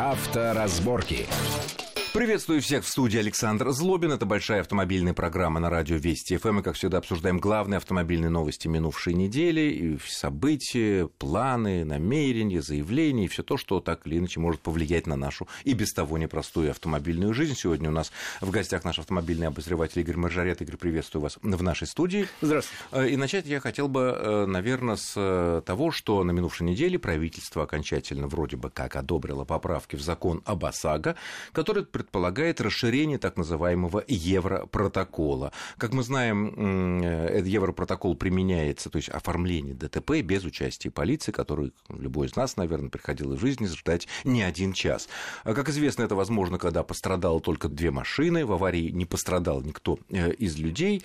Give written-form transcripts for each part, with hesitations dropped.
Авторазборки. Приветствую всех в студии Александр Злобин. Это большая автомобильная программа на радио Вести ФМ. Мы, как всегда, обсуждаем главные автомобильные новости минувшей недели, и события, планы, намерения, заявления, и все то, что так или иначе может повлиять на нашу и без того непростую автомобильную жизнь. Сегодня у нас в гостях наш автомобильный обозреватель Игорь Маржарет. Игорь, приветствую вас в нашей студии. Здравствуйте. И начать я хотел бы, наверное, с того, что на минувшей неделе правительство окончательно вроде бы как одобрило поправки в закон об ОСАГО, который предполагает расширение так называемого Европротокола. Как мы знаем, этот Европротокол применяется, то есть оформление ДТП без участия полиции, который любой из нас, наверное, приходилось в жизни ждать не один час. Как известно, это возможно, когда пострадало только 2 машины, в аварии не пострадал никто из людей,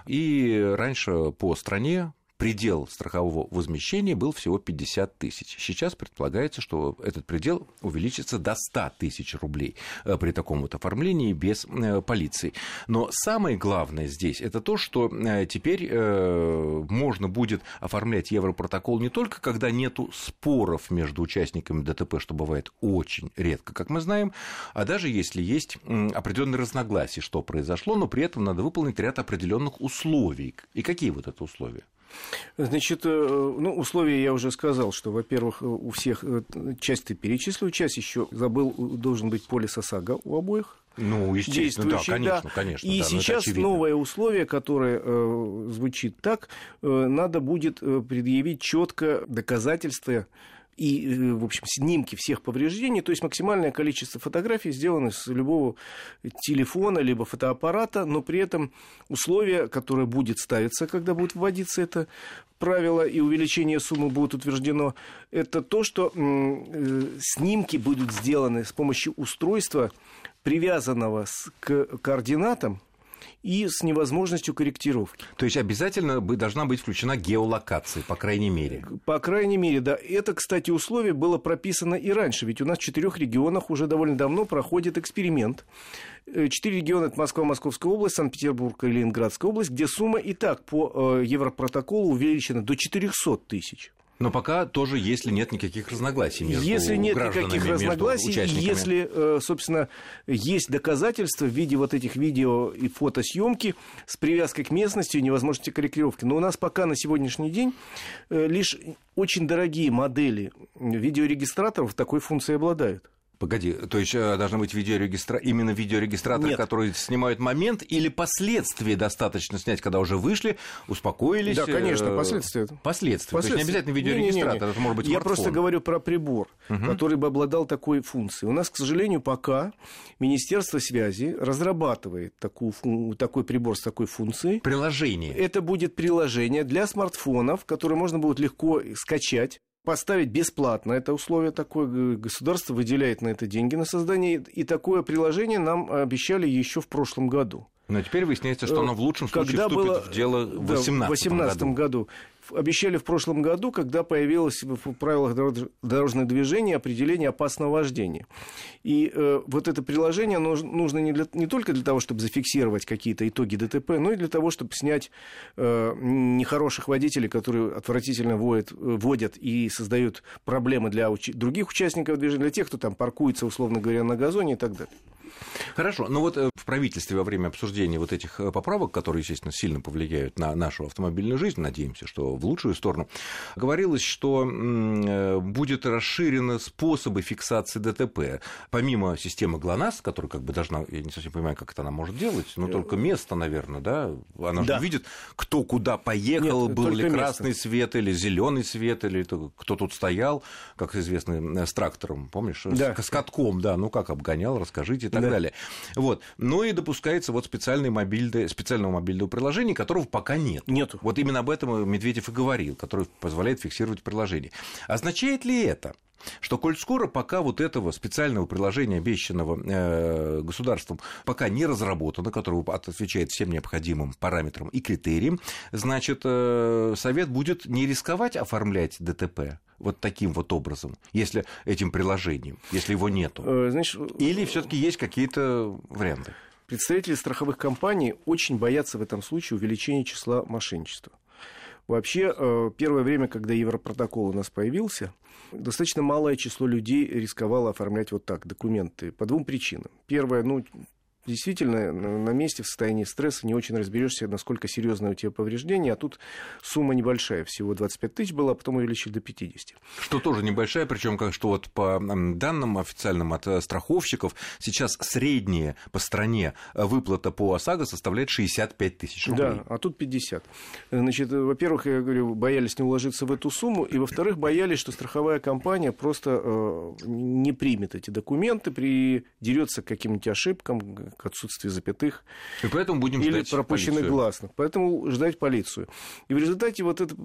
и раньше по стране предел страхового возмещения был всего 50 тысяч. Сейчас предполагается, что этот предел увеличится до 100 тысяч рублей при таком вот оформлении без полиции. Но самое главное здесь это то, что теперь можно будет оформлять Европротокол не только когда нету споров между участниками ДТП, что бывает очень редко, как мы знаем, а даже если есть определенные разногласия, что произошло, но при этом надо выполнить ряд определенных условий. И какие вот это условия? Значит, условия я уже сказал, что, во-первых, у всех часть ты перечислил, часть еще забыл, должен быть полис ОСАГО у обоих. Ну, естественно, да, конечно. И да, сейчас новое условие, которое звучит так, надо будет предъявить четко доказательства и, в общем, снимки всех повреждений, то есть максимальное количество фотографий сделано с любого телефона либо фотоаппарата, но при этом условие, которое будет ставиться, когда будет вводиться это правило и увеличение суммы будет утверждено, это то, что снимки будут сделаны с помощью устройства, привязанного к координатам, и с невозможностью корректировки. То есть обязательно должна быть включена геолокация, по крайней мере. По крайней мере, да. Это, кстати, условие было прописано и раньше, ведь у нас в 4 регионах уже довольно давно проходит эксперимент. 4 региона – это Москва, Московская область, Санкт-Петербург и Ленинградская область, где сумма и так по Европротоколу увеличена до 400 тысяч. Но пока тоже, если нет никаких разногласий между если нет гражданами, никаких разногласий, если, собственно, есть доказательства в виде вот этих видео и фотосъемки с привязкой к местности и невозможности корректировки. Но у нас пока на сегодняшний день лишь очень дорогие модели видеорегистраторов такой функцией обладают. Погоди, то есть должны быть именно видеорегистраторы, Нет. которые снимают момент, или последствия достаточно снять, когда уже вышли, успокоились? Да, конечно, последствия. Последствия. То есть не обязательно видеорегистратор, это может быть Я смартфон. просто говорю про прибор, который бы обладал такой функцией. У нас, к сожалению, пока Министерство связи разрабатывает такой прибор с такой функцией. Приложение. Это будет приложение для смартфонов, которое можно будет легко скачать. Поставить бесплатно, это условие такое, государство выделяет на это деньги на создание, и такое приложение нам обещали еще в прошлом году. Но теперь выясняется, что оно в лучшем случае когда вступит в дело в 2018 году. Обещали в прошлом году, когда появилось в правилах дорожного движения определение опасного вождения. И вот это приложение нужно не только для того, чтобы зафиксировать какие-то итоги ДТП, но и для того, чтобы снять нехороших водителей, которые отвратительно водят и создают проблемы для других участников движения, для тех, кто там паркуется, условно говоря, на газоне и так далее. Хорошо, но вот в правительстве во время обсуждения вот этих поправок, которые, естественно, сильно повлияют на нашу автомобильную жизнь, надеемся, что в лучшую сторону, говорилось, что будет расширены способы фиксации ДТП. Помимо системы ГЛОНАСС, которая как бы должна, я не совсем понимаю, как это она может делать, но только место, наверное, да? Она же видит, кто куда поехал, был ли красный свет или зеленый свет, или кто тут стоял, как известно, с трактором, помнишь? Да. С катком, да, ну как обгонял, расскажите и так далее. Вот. Ну и допускается вот специального мобильного приложения, которого пока нет. Нету. Вот именно об этом Медведев и говорил, который позволяет фиксировать приложение. Означает ли это, что, коль скоро пока вот этого специального приложения, обещанного государством, пока не разработано, которое отвечает всем необходимым параметрам и критериям, значит, Совет будет не рисковать оформлять ДТП вот таким вот образом, если этим приложением, если его нету? Или все-таки есть какие-то варианты? Представители страховых компаний очень боятся в этом случае увеличения числа мошенничества. Вообще, первое время, когда Европротокол у нас появился, достаточно малое число людей рисковало оформлять вот так документы по двум причинам. Первое, действительно, на месте в состоянии стресса не очень разберешься, насколько серьезное у тебя повреждение, а тут сумма небольшая, всего 25 тысяч была, а потом увеличили до 50. Что тоже небольшая, причем что вот по данным официальным от страховщиков, сейчас средняя по стране выплата по ОСАГО составляет 65 тысяч рублей. Да, а тут 50. Значит, во-первых, я говорю, боялись не уложиться в эту сумму, и, во-вторых, боялись, что страховая компания просто не примет эти документы, придерется к каким-нибудь ошибкам, к отсутствию запятых. И поэтому будем ждать или пропущенных полицию. Гласных. Поэтому ждать полицию. И в результате вот это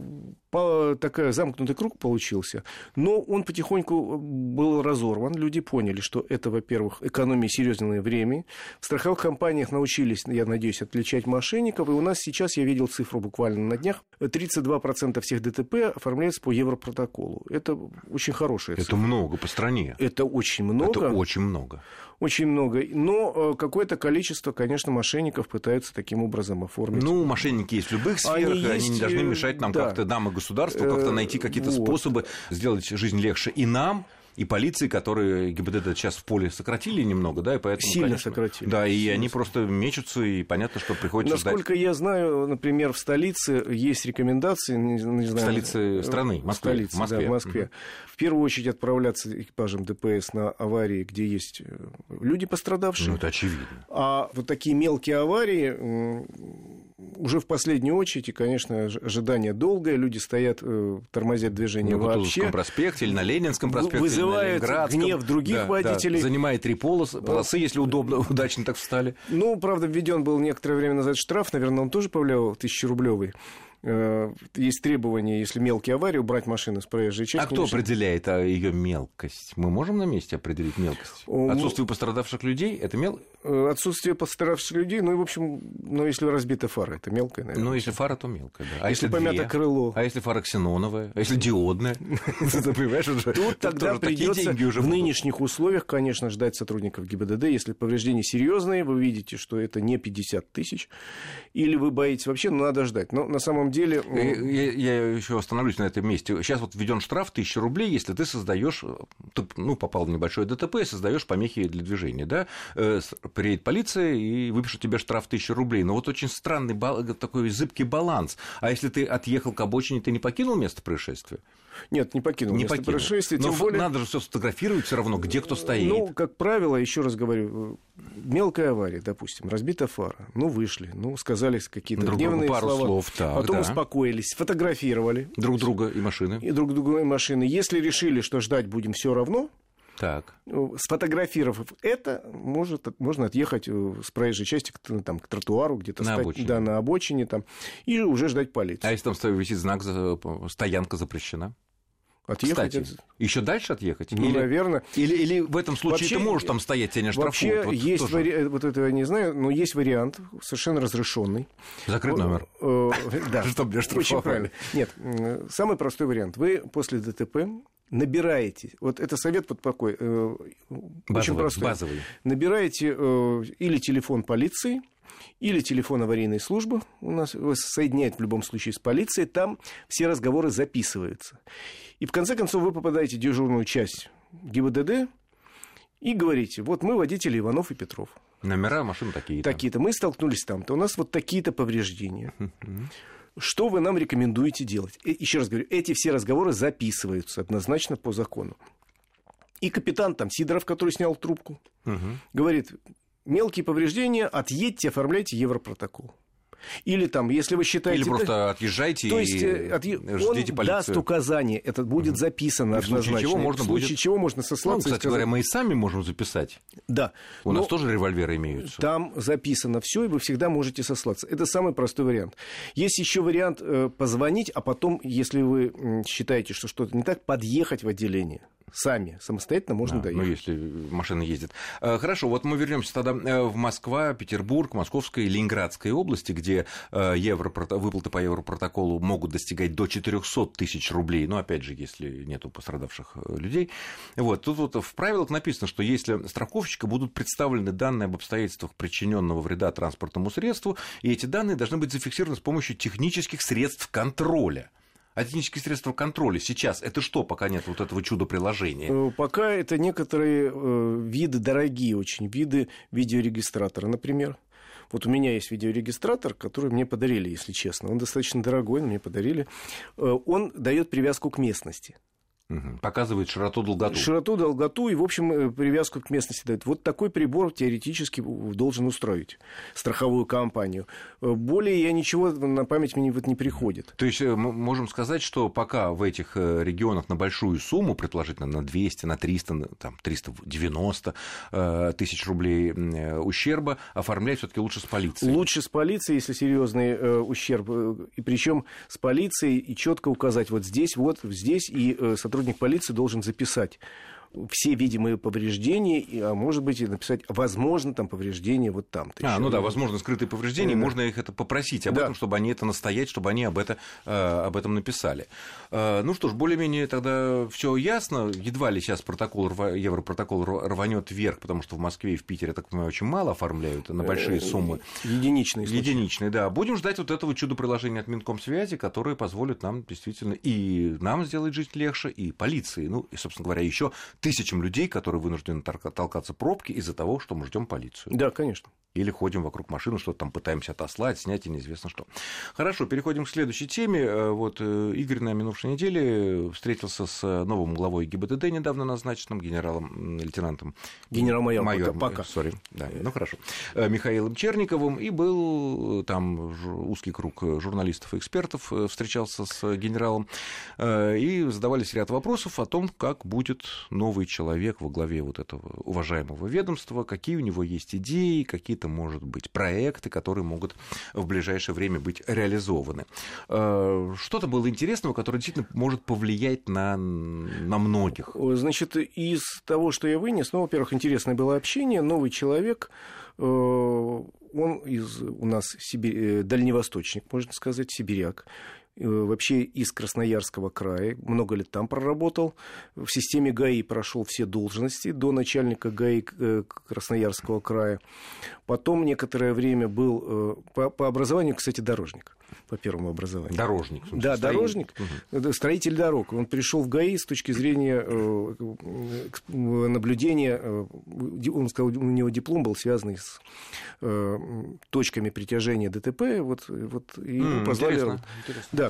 такой замкнутый круг получился. Но он потихоньку был разорван. Люди поняли, что это, во-первых, экономия серьезное время. В страховых компаниях научились, я надеюсь, отличать мошенников. И у нас сейчас, я видел цифру буквально на днях, 32% всех ДТП оформляются по Европротоколу. Это очень хорошая цифра. Это много по стране. Это очень много. Это очень много. Очень много. Но какое-то количество, конечно, мошенников пытаются таким образом оформить. Мошенники есть в любых сферах, они не должны мешать нам как-то, нам и государству, как-то найти какие-то способы сделать жизнь легче и нам, и полиции, которые ГИБДД сейчас в поле сократили немного, да, и поэтому, сильно конечно, сократили. Да, и сильно они просто мечутся, и понятно, что приходится ждать. Насколько я знаю, например, в столице есть рекомендации, не знаю, в столице страны, Москве. В Москве. Да, в Москве. В первую очередь отправляться экипажем ДПС на аварии, где есть люди пострадавшие. Это очевидно. А вот такие мелкие аварии уже в последнюю очередь, и, конечно, ожидание долгое, люди стоят, тормозят движение вообще. На Кутузовском проспекте или на Ленинском проспекте, вызывает гнев других водителей. Занимает 3 полосы, если удобно, удачно так встали. Правда, введен был некоторое время назад штраф, наверное, он тоже повлиял, 1000-рублевый. Есть требование, если мелкие аварии, убрать машину с проезжей части. А кто определяет ее мелкость? Мы можем на месте определить мелкость? Отсутствие пострадавших людей – это мелкость? Отсутствие пострадавших людей, в общем, если разбита фара, это мелкая, наверное. Если фара, то мелкая, да. А если помято крыло? А если фара ксеноновая? А если диодная? Тут тогда придется в нынешних условиях, конечно, ждать сотрудников ГИБДД. Если повреждения серьезные, вы видите, что это не 50 тысяч, или вы боитесь вообще, надо ждать. Но на самом деле... Я еще остановлюсь на этом месте. Сейчас вот введен штраф 1000 рублей, если ты создаешь, попал в небольшое ДТП и создаешь помехи для движения, да? Приедет полиция и выпишет тебе штраф 1000 рублей. Но вот очень странный такой зыбкий баланс. А если ты отъехал к обочине, ты не покинул место происшествия? Нет, не покинул место происшествия. Но более... надо же все сфотографировать все равно, где кто стоит. Как правило, еще раз говорю, мелкая авария, допустим, разбита фара. Вышли, сказали какие-то гневные пару слова. Слов, так, потом успокоились, фотографировали. Друг друга и машины. Друг друга и машины. Если решили, что ждать будем все равно, так. Сфотографировав это, можно отъехать с проезжей части к тротуару, где-то на стать, обочине. Да, на обочине, и уже ждать полицию. А если там висит знак «Стоянка запрещена»? Отъехать? Кстати, еще дальше отъехать? Наверное. Или в этом случае вообще, ты можешь там стоять, тебя не штрафуют? Вообще есть вот это я не знаю, но есть вариант совершенно разрешенный. Закрыть номер. Да, чтобы не штрафовали. Очень правильно. Нет, самый простой вариант. Вы после ДТП набираете, вот это совет вот такой, очень простой. Базовый. Набираете или телефон полиции, или телефон аварийной службы, у нас вас соединяет в любом случае с полицией, там все разговоры записываются. И в конце концов вы попадаете в дежурную часть ГИБДД и говорите, вот мы водители Иванов и Петров. Номера машин такие-то. Такие-то. Мы столкнулись там-то, у нас вот такие-то повреждения. Что вы нам рекомендуете делать? Еще раз говорю, эти все разговоры записываются однозначно по закону. И капитан Сидоров, который снял трубку, говорит, мелкие повреждения, отъедьте, оформляйте Европротокол. Или если вы считаете... Или просто отъезжайте и ждите полицию. Он даст указание, это будет записано однозначно. В случае чего можно сослаться. Кстати говоря, мы и сами можем записать. Да. У нас тоже револьверы имеются. Там записано все, и вы всегда можете сослаться. Это самый простой вариант. Есть еще вариант позвонить, а потом, если вы считаете, что что-то не так, подъехать в отделение. самостоятельно можно доехать. Ну, если машина ездит. Хорошо, вот мы вернемся тогда в Москва, Петербург, Московская и Ленинградская области, где выплаты по Европротоколу могут достигать до 400 тысяч рублей, но, опять же, если нету пострадавших людей. Вот. Тут вот в правилах написано, что если страховщика будут представлены данные об обстоятельствах причиненного вреда транспортному средству, и эти данные должны быть зафиксированы с помощью технических средств контроля. А технические средства контроля сейчас это что, пока нет вот этого чудо-приложения? Пока это некоторые виды, дорогие очень виды видеорегистратора, например. Вот у меня есть видеорегистратор, который мне подарили, если честно. Он достаточно дорогой, мне подарили. Он дает привязку к местности. Показывает широту, долготу. Широту, долготу и, в общем, привязку к местности дает. Вот такой прибор теоретически должен устроить страховую компанию. Более я ничего на память мне вот не приходит. То есть мы можем сказать, что пока в этих регионах на большую сумму, предположительно на 200, на 300, там, 390 тысяч рублей ущерба, оформлять все-таки лучше с полицией. Лучше с полицией, если серьезный ущерб. И причем с полицией и четко указать вот здесь, и сотрудник полиции должен записать все видимые повреждения, а может быть и написать, возможно, там повреждения вот там-то. Ну да, возможно, скрытые повреждения, можно их это попросить об этом, чтобы они это настоять, чтобы они об этом написали. Ну что ж, более-менее тогда все ясно. Едва ли сейчас Европротокол рванет вверх, потому что в Москве и в Питере, я так понимаю, очень мало оформляют на большие суммы. Единичные случаи. Единичные, да. Будем ждать вот этого чудо-приложения от Минкомсвязи, которое позволит нам действительно и нам сделать жизнь легче, и полиции, ну и, собственно говоря, еще тысячам людей, которые вынуждены толкаться в пробке из-за того, что мы ждем полицию. Да, конечно. Или ходим вокруг машины, что-то там пытаемся отослать, снять и неизвестно что. Хорошо, переходим к следующей теме. Вот Игорь на минувшей неделе встретился с новым главой ГИБДД, недавно назначенным генералом-лейтенантом. Генерал-майором. Пока. Да, ну хорошо. Михаилом Черниковым. И был там узкий круг журналистов и экспертов, встречался с генералом. И задавались ряд вопросов о том, как будет новый человек во главе вот этого уважаемого ведомства, какие у него есть идеи, какие-то, может быть, проекты, которые могут в ближайшее время быть реализованы. Что-то было интересного, которое действительно может повлиять на многих. Значит, из того, что я вынес, во-первых, интересное было общение. Новый человек, он у нас дальневосточник, можно сказать, сибиряк. Вообще из Красноярского края, много лет там проработал, в системе ГАИ прошел все должности до начальника ГАИ Красноярского края. Потом некоторое время был по образованию, кстати, дорожник, по первому образованию. Дорожник. Да, дорожник, строитель дорог. Он пришел в ГАИ с точки зрения наблюдения, он сказал, у него диплом был связанный с точками притяжения ДТП, и позвали. Интересно. Да.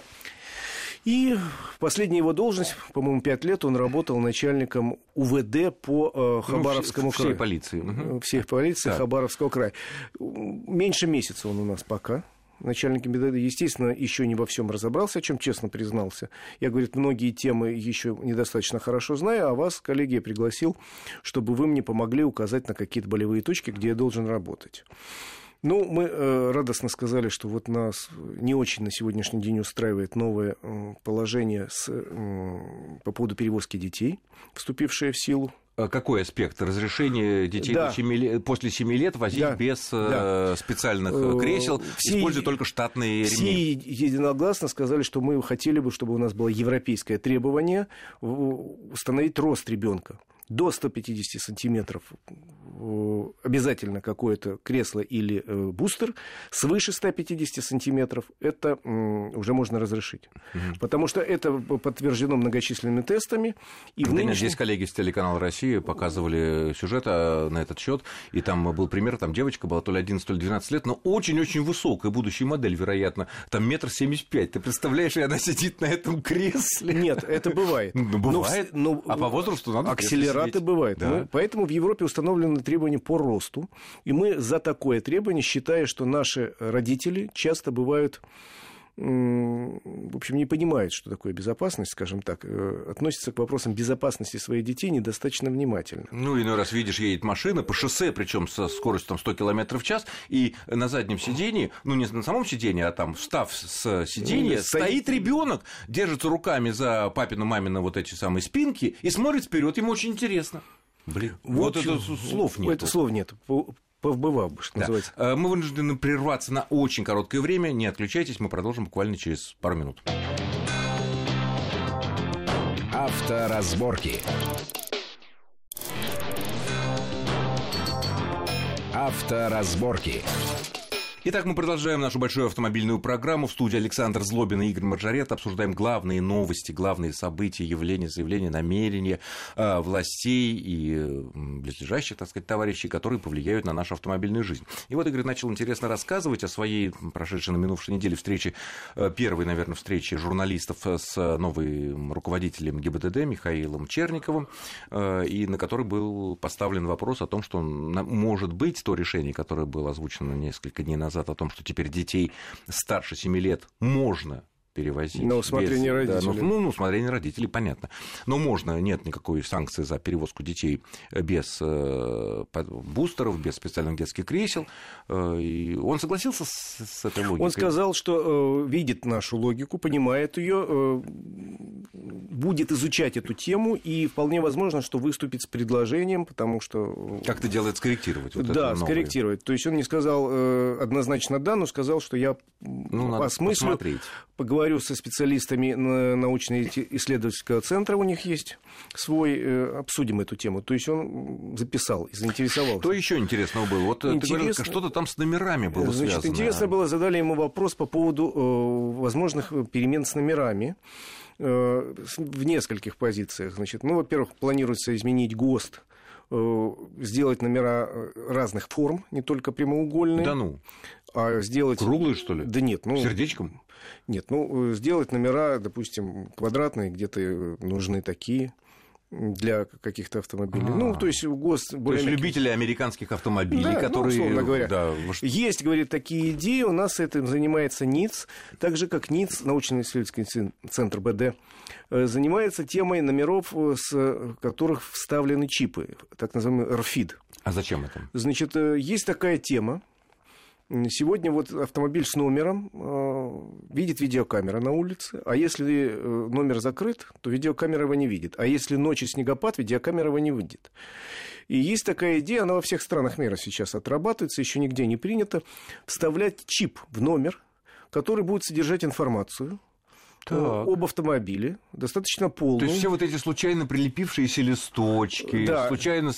И последняя его должность, по-моему, 5 лет, он работал начальником УВД по Хабаровскому краю. Всей полиции. Всей полиции Хабаровского края. Меньше месяца он у нас пока. Начальник ГИБДД, естественно, еще не во всем разобрался, о чем честно признался. Я, говорит, многие темы еще недостаточно хорошо знаю, а вас, коллеги, я пригласил, чтобы вы мне помогли указать на какие-то болевые точки, где я должен работать. Ну, мы радостно сказали, что вот нас не очень на сегодняшний день устраивает новое положение по поводу перевозки детей, вступившее в силу. Какой аспект? Разрешение детей после 7 лет возить без специальных кресел, используя только штатные ремни? Все единогласно сказали, что мы хотели бы, чтобы у нас было европейское требование установить рост ребенка. До 150 сантиметров обязательно какое-то кресло или бустер, свыше 150 сантиметров это уже можно разрешить. Потому что это подтверждено многочисленными тестами. И Здесь коллеги с телеканала «Россия» показывали сюжет на этот счет, и там был пример, там девочка была то ли 11, то ли 12 лет, но очень-очень высокая, будущая модель, вероятно, там 1,75 м. Ты представляешь, и она сидит на этом кресле? Нет, это бывает. Бывает? А по возрасту надо акселераты бывают. Да. Поэтому в Европе установлены требования по росту, и мы за такое требование, считая, что наши родители часто бывают в общем, не понимают, что такое безопасность, скажем так, относятся к вопросам безопасности своих детей недостаточно внимательно. Ну, иной раз видишь, едет машина по шоссе, причем со скоростью там, 100 км в час, и на заднем сидении, ну, не на самом сидении, а там, встав с сиденья, стоит ребенок, держится руками за папину-мамину вот эти самые спинки и смотрит вперед, ему очень интересно. Блин, вот это слов нет. Это слов нет. Повбывал бы, что называется. Мы вынуждены прерваться на очень короткое время. Не отключайтесь, мы продолжим буквально через пару минут. Авторазборки. Авторазборки. Итак, мы продолжаем нашу большую автомобильную программу. В студии Александр Злобин и Игорь Маржарет. Обсуждаем главные новости, главные события, явления, заявления, намерения властей и близлежащих, так сказать, товарищей, которые повлияют на нашу автомобильную жизнь. И вот Игорь начал интересно рассказывать о своей прошедшей на минувшей неделе встрече, первой, наверное, встрече журналистов с новым руководителем ГИБДД Михаилом Черниковым, и на которой был поставлен вопрос о том, что, может быть, то решение, которое было озвучено несколько дней назад, о том, что теперь детей старше 7 лет можно перевозить. На усмотрение родителей. Да, на усмотрение родителей, понятно. Но можно, нет никакой санкции за перевозку детей без бустеров, без специальных детских кресел. И он согласился с этой логикой? Он сказал, что видит нашу логику, понимает ее, будет изучать эту тему, и вполне возможно, что выступит с предложением, потому что... Как-то делает скорректировать. Вот да, это скорректировать. То есть он не сказал однозначно да, но сказал, что я осмыслю, поговорю со специалистами научно-исследовательского центра, у них есть свой, обсудим эту тему. То есть он записал и заинтересовался. Что еще интересного было? Вот ты говорил, что-то там с номерами было связано. Интересно было, задали ему вопрос по поводу возможных перемен с номерами в нескольких позициях. Значит, во-первых, планируется изменить ГОСТ, сделать номера разных форм, не только прямоугольные. Да ну? А сделать... Круглые, что ли? Да нет. Сердечком? Нет, сделать номера, допустим, квадратные, где-то нужны такие для каких-то автомобилей. То есть ГОСТ... То есть любители американских автомобилей, да, которые... условно говоря. Есть, говорит, такие идеи, у нас этим занимается НИЦ, так же, как НИЦ, научно-исследовательский центр БД, занимается темой номеров, с которых вставлены чипы, так называемый RFID. А зачем это? Значит, есть такая тема. Сегодня вот автомобиль с номером видит видеокамера на улице, а если номер закрыт, то видеокамера его не видит. А если ночью снегопад, видеокамера его не видит. И есть такая идея, она во всех странах мира сейчас отрабатывается, еще нигде не принято, вставлять чип в номер, который будет содержать информацию об автомобиле, достаточно полную. То есть все вот эти случайно прилепившиеся листочки, да, случайно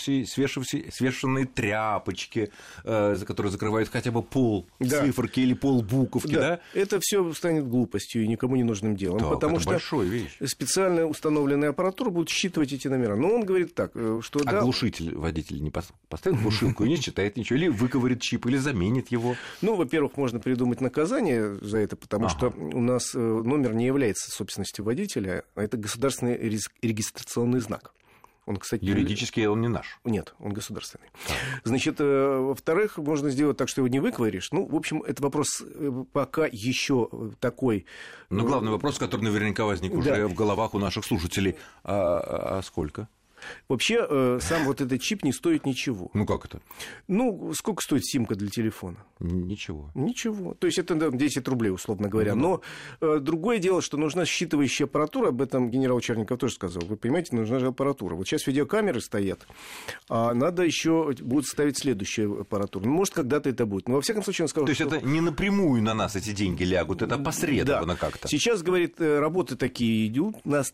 свешенные тряпочки, за которые закрывают хотя бы пол циферки или пол буковки, да? Это все станет глупостью и никому не нужным делом, так, потому что специально установленная аппаратура будет считывать эти номера. Но он говорит так, что... А глушитель водитель не поставит глушилку и не считает ничего, или выковырит чип, или заменит его? Во-первых, можно придумать наказание за это, потому что у нас номер не является собственностью водителя, а это государственный регистрационный знак. Он, кстати, юридически он не наш. Нет, он государственный. Значит, во-вторых, можно сделать так, что его не выковыришь. В общем, это вопрос пока еще такой... Но главный вопрос, который наверняка возник уже в головах у наших слушателей. А сколько? Вообще, сам вот этот чип не стоит ничего. Как это? Сколько стоит симка для телефона? Ничего. Ничего. То есть это 10 рублей, условно говоря. Но другое дело, что нужна считывающая аппаратура, об этом генерал Черников тоже сказал. Вы понимаете, нужна же аппаратура. Вот сейчас видеокамеры стоят, а надо еще будет ставить следующую аппаратуру. Может, когда-то это будет. Но во всяком случае он сказал, что... То есть это не напрямую на нас эти деньги лягут, это посредственно как-то. Сейчас, говорит, работы такие идут. Наш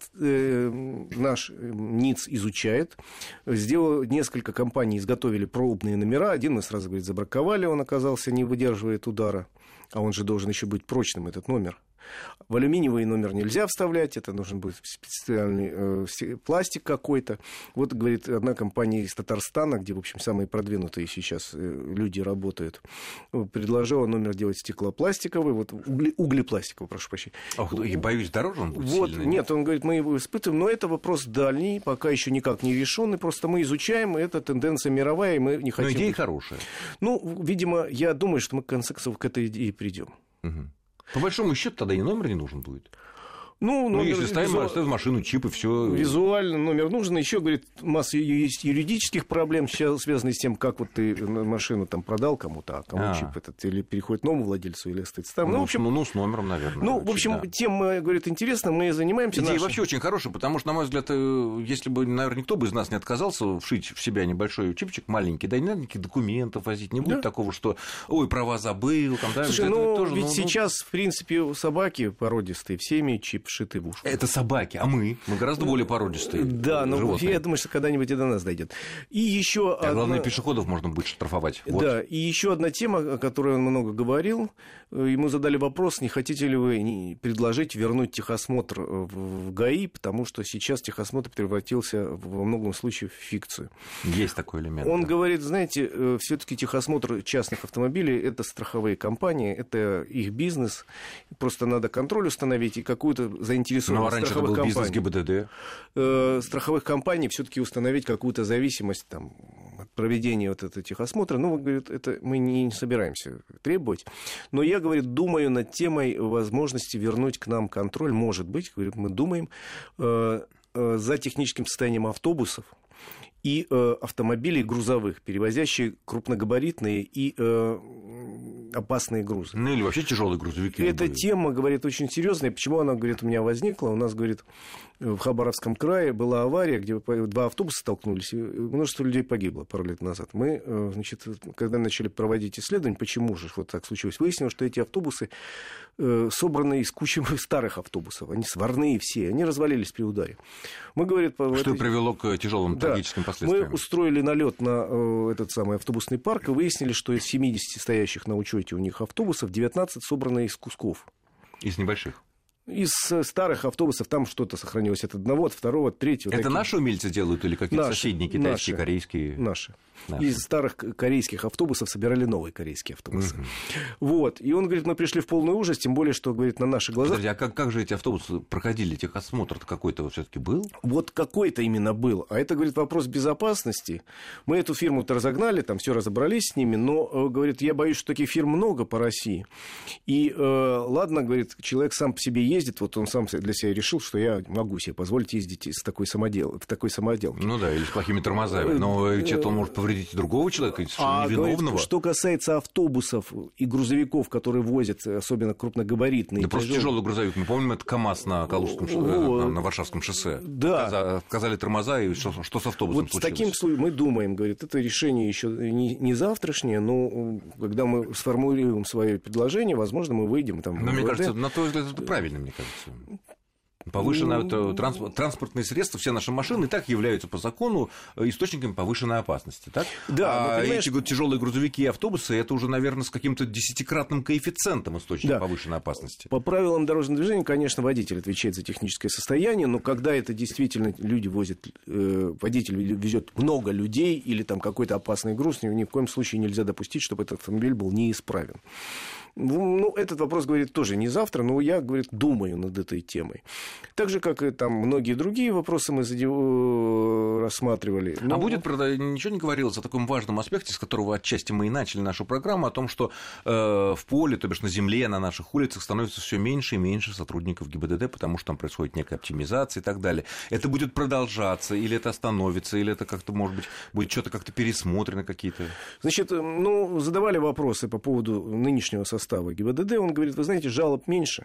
НИЦ изучает. Несколько компаний изготовили пробные номера. Один мы сразу, говорит, забраковали, он оказался, не выдерживает удара. А он же должен еще быть прочным, этот номер. В алюминиевый номер нельзя вставлять, это нужен будет специальный пластик какой-то. Вот, говорит, одна компания из Татарстана, где, в общем, самые продвинутые сейчас люди работают, предложила номер делать стеклопластиковый, углепластиковый, прошу прощения. И боюсь, дороже он будет сильно? Нет, он говорит, мы его испытываем, но это вопрос дальний, пока еще никак не решенный, просто мы изучаем, и это тенденция мировая, и мы не хотим... Но идея хорошая. Видимо, я думаю, что мы, в конце концов, к этой идее придем. Угу. По большому счету тогда и номер не нужен будет. Ну, если ставим в машину чип и все. Визуально номер нужен. Еще, говорит, масса есть юридических проблем, связанных с тем, как вот ты машину там продал кому-то, а кому чип этот, или переходит новому владельцу, или остается там. В общем, с номером, наверное. В общем, тем, говорит, интересно, мы занимаемся. Идея вообще очень хорошая, потому что, на мой взгляд, если бы, наверное, никто бы из нас не отказался вшить в себя небольшой чипчик маленький, да, не надо никаких документов возить, не будет такого, что, права забыл. Там, да, слушай, ведь сейчас, в принципе, собаки породистые, все имеют чип вшитый в ушко. Это собаки, а мы гораздо более породистые. Да, животные. Я думаю, что когда-нибудь и до нас дойдет. И еще главное, пешеходов можно будет штрафовать. Да, и еще одна тема, о которой он много говорил. Ему задали вопрос, не хотите ли вы предложить вернуть техосмотр в ГАИ, потому что сейчас техосмотр превратился во многом случаях в фикцию. Есть такой элемент. Он говорит, знаете, все-таки техосмотр частных автомобилей – это страховые компании, это их бизнес. Просто надо контроль установить и какую-то заинтересованность страховых компаний. Бизнес ГИБДД. Страховых компаний все-таки установить какую-то зависимость там, от проведения вот этого техосмотра. Говорит, это мы не собираемся требовать. Но я, говорит, думаю над темой возможности вернуть к нам контроль. Может быть, говорит, мы думаем за техническим состоянием автобусов и автомобилей грузовых, перевозящие крупногабаритные и опасные грузы. Или вообще тяжелые грузовики. Эта тема, говорит, очень серьезная. Почему она, говорит, у меня возникла? У нас, говорит, в Хабаровском крае была авария, где два автобуса столкнулись, и множество людей погибло пару лет назад. Мы, значит, когда начали проводить исследования, почему же вот так случилось, выяснилось, что эти автобусы собраны из кучи старых автобусов. Они сварные все, они развалились при ударе. Мы, говорит, что привело к тяжелым трагическим последствиям. Мы устроили налет на этот самый автобусный парк и выяснили, что из 70 стоящих на учете у них автобусов 19 собраны из кусков. Из небольших? Из старых автобусов там что-то сохранилось от одного, от второго, от третьего. Это наши умельцы делают или какие-то соседние, китайские, корейские? Наши. Из старых корейских автобусов собирали новые корейские автобусы. Вот. И он говорит, мы пришли в полный ужас, тем более, что, говорит, на наших глазах... Подожди, а как же эти автобусы проходили? Техосмотр какой-то все-таки был? Вот какой-то именно был. А это, говорит, вопрос безопасности. Мы эту фирму-то разогнали, там все разобрались с ними, но, говорит, я боюсь, что таких фирм много по России. И ладно, говорит, человек сам по себе ездит, вот он сам для себя решил, что я могу себе позволить ездить в такой самоделке. Ну да, или с плохими тормозами. Но что-то он может повредить другого человека, совершенно невиновного. Говорит, что касается автобусов и грузовиков, которые возят, особенно крупногабаритные. Да просто тяжелый грузовик. Мы помним, это КАМАЗ на Калужском, на Варшавском шоссе. Да. Отказали тормоза, и что с автобусом вот случилось? С таким случаем мы думаем, говорит, это решение еще не завтрашнее, но когда мы сформулируем свое предложение, возможно, мы выйдем там. Но мне кажется, на твой взгляд, это правильно, мне кажется. Повышенное транспортные средства, все наши машины и так являются по закону источниками повышенной опасности, так? Да, эти тяжелые грузовики и автобусы, это уже, наверное, с каким-то 10-кратным коэффициентом источник повышенной опасности. По правилам дорожного движения, конечно, водитель отвечает за техническое состояние, но когда это действительно люди возят, водитель везет много людей или там какой-то опасный груз, ни в коем случае нельзя допустить, чтобы этот автомобиль был неисправен. Ну, этот вопрос, говорит, тоже не завтра, но я, говорит, думаю над этой темой. Так же, как и там многие другие вопросы мы рассматривали. А будет, правда, ничего не говорилось о таком важном аспекте, с которого отчасти мы и начали нашу программу, о том, что в поле, то бишь на земле, на наших улицах становится все меньше и меньше сотрудников ГИБДД, потому что там происходит некая оптимизация и так далее. Это будет продолжаться, или это остановится, или это как-то, может быть, будет что-то как-то пересмотрено какие-то? Значит, задавали вопросы по поводу нынешнего состава ГИБДД, он говорит, вы знаете, жалоб меньше.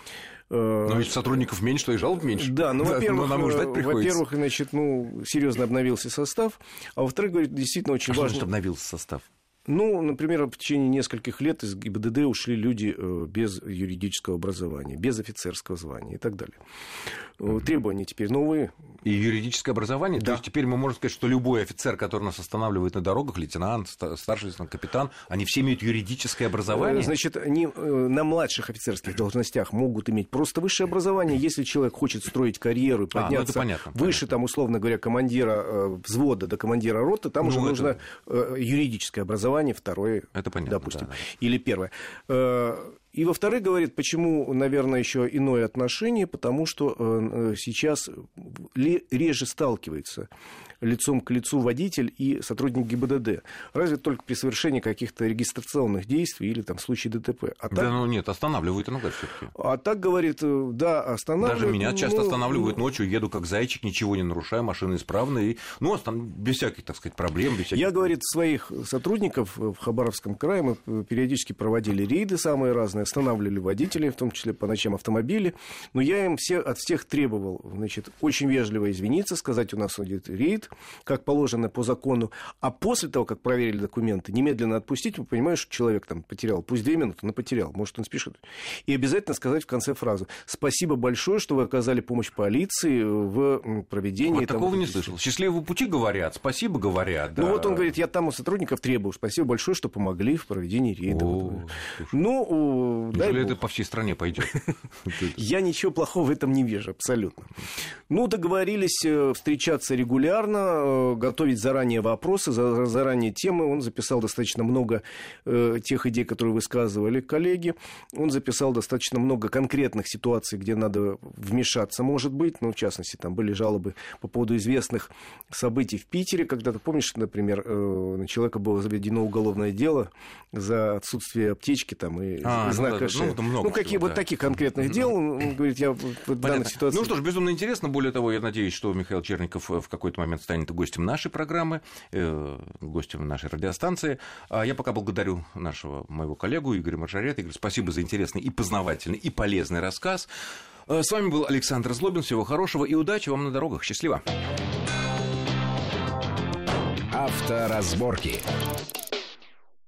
Но ведь сотрудников меньше, то и жалоб меньше. Да, во-первых, нам ждать приходится. значит, серьезно обновился состав, а во-вторых, говорит, действительно очень важно... Что обновился состав? Например, в течение нескольких лет из ГИБДД ушли люди без юридического образования, без офицерского звания и так далее. Требования теперь новые. И юридическое образование? Да. То есть теперь мы можем сказать, что любой офицер, который нас останавливает на дорогах, лейтенант, старший лейтенант, капитан, они все имеют юридическое образование? Значит, они на младших офицерских должностях могут иметь просто высшее образование. Если человек хочет строить карьеру и подняться выше, там, условно говоря, командира взвода до командира роты, там уже нужно юридическое образование, второе, это понятно, допустим, да. или первое. И, во-вторых, говорит, почему, наверное, еще иное отношение, потому что сейчас реже сталкивается лицом к лицу водитель и сотрудник ГИБДД. Разве только при совершении каких-то регистрационных действий или там в случае ДТП. А так... нет, останавливают иногда все-таки. А так, говорит, да, останавливают. Даже меня часто останавливают ночью, еду как зайчик, ничего не нарушаю, машина исправна, и, без всяких, так сказать, проблем. Без всяких... Я, говорит, своих сотрудников в Хабаровском крае мы периодически проводили рейды самые разные, останавливали водителей, в том числе по ночам автомобили, но я им от всех требовал, значит, очень вежливо извиниться, сказать, у нас идет рейд, как положено по закону, а после того, как проверили документы, немедленно отпустить, вы понимаете, что человек там потерял, пусть 2 минуты, но потерял, может, он спешит. И обязательно сказать в конце фразу: спасибо большое, что вы оказали помощь полиции в проведении... Вот такого не слышал. Счастливого пути говорят, спасибо говорят. Да. Ну, вот он говорит, я там у сотрудников требую, спасибо большое, что помогли в проведении рейда. Неужели это по всей стране пойдет? Я ничего плохого в этом не вижу, абсолютно. Договорились встречаться регулярно, готовить заранее вопросы, заранее темы. Он записал достаточно много тех идей, которые высказывали коллеги. Он записал достаточно много конкретных ситуаций, где надо вмешаться, может быть. В частности, там были жалобы по поводу известных событий в Питере. Когда-то, помнишь, например, на человека было заведено уголовное дело за отсутствие аптечки там, и знака Ш. Вот таких конкретных дел. Он говорит, я в данной ситуации... Ну что ж, безумно интересно. Более того, я надеюсь, что Михаил Черников в какой-то момент станет гостем нашей программы, гостем нашей радиостанции. Я пока благодарю моего коллегу Игоря Маржарета. Игорь, спасибо за интересный и познавательный, и полезный рассказ. С вами был Александр Злобин. Всего хорошего и удачи вам на дорогах. Счастливо. Авторазборки.